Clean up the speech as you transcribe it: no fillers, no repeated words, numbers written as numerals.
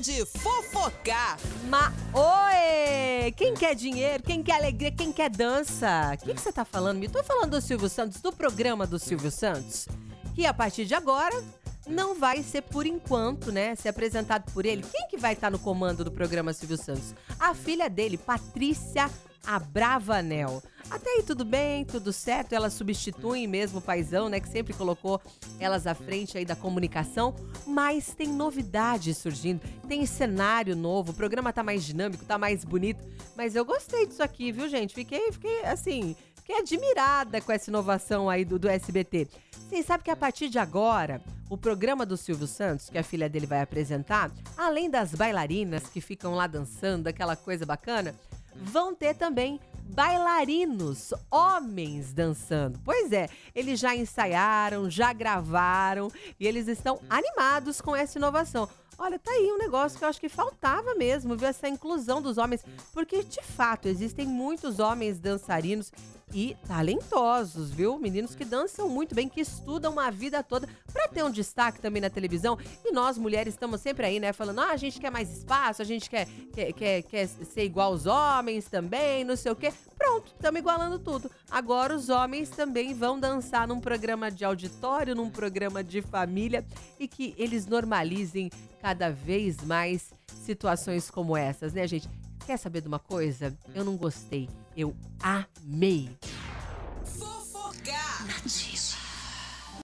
de fofocar. Oi! Quem quer dinheiro, quem quer alegria, quem quer dança? O que você tá falando? Me tô falando do Silvio Santos, do programa do Silvio Santos, que a partir de agora não vai ser por enquanto, né, ser apresentado por ele. Quem que vai estar no comando do programa Silvio Santos? A filha dele, Patrícia Abravanel. Até aí tudo bem, tudo certo, elas substituem mesmo o paizão, né, que sempre colocou elas à frente aí da comunicação, mas tem novidades surgindo, tem cenário novo, o programa tá mais dinâmico, tá mais bonito, mas eu gostei disso aqui, viu, gente? Fiquei assim, fiquei admirada com essa inovação aí do SBT. Vocês sabem que a partir de agora, o programa do Silvio Santos, que a filha dele vai apresentar, além das bailarinas que ficam lá dançando, aquela coisa bacana, vão ter também bailarinos, homens dançando. Pois é, eles já ensaiaram, já gravaram e eles estão animados com essa inovação. Olha, tá aí um negócio que eu acho que faltava mesmo, viu? Essa inclusão dos homens, porque de fato existem muitos homens dançarinos e talentosos, viu? Meninos que dançam muito bem, que estudam a vida toda pra ter um destaque também na televisão. E nós, mulheres, estamos sempre aí, né? Falando, a gente quer mais espaço, a gente quer ser igual aos homens também, não sei o quê. Pronto, estamos igualando tudo. Agora os homens também vão dançar num programa de auditório, num programa de família e que eles normalizem cada vez mais situações como essas, né, gente? Quer saber de uma coisa? Eu não gostei. Eu amei. Fofocar. Nativa.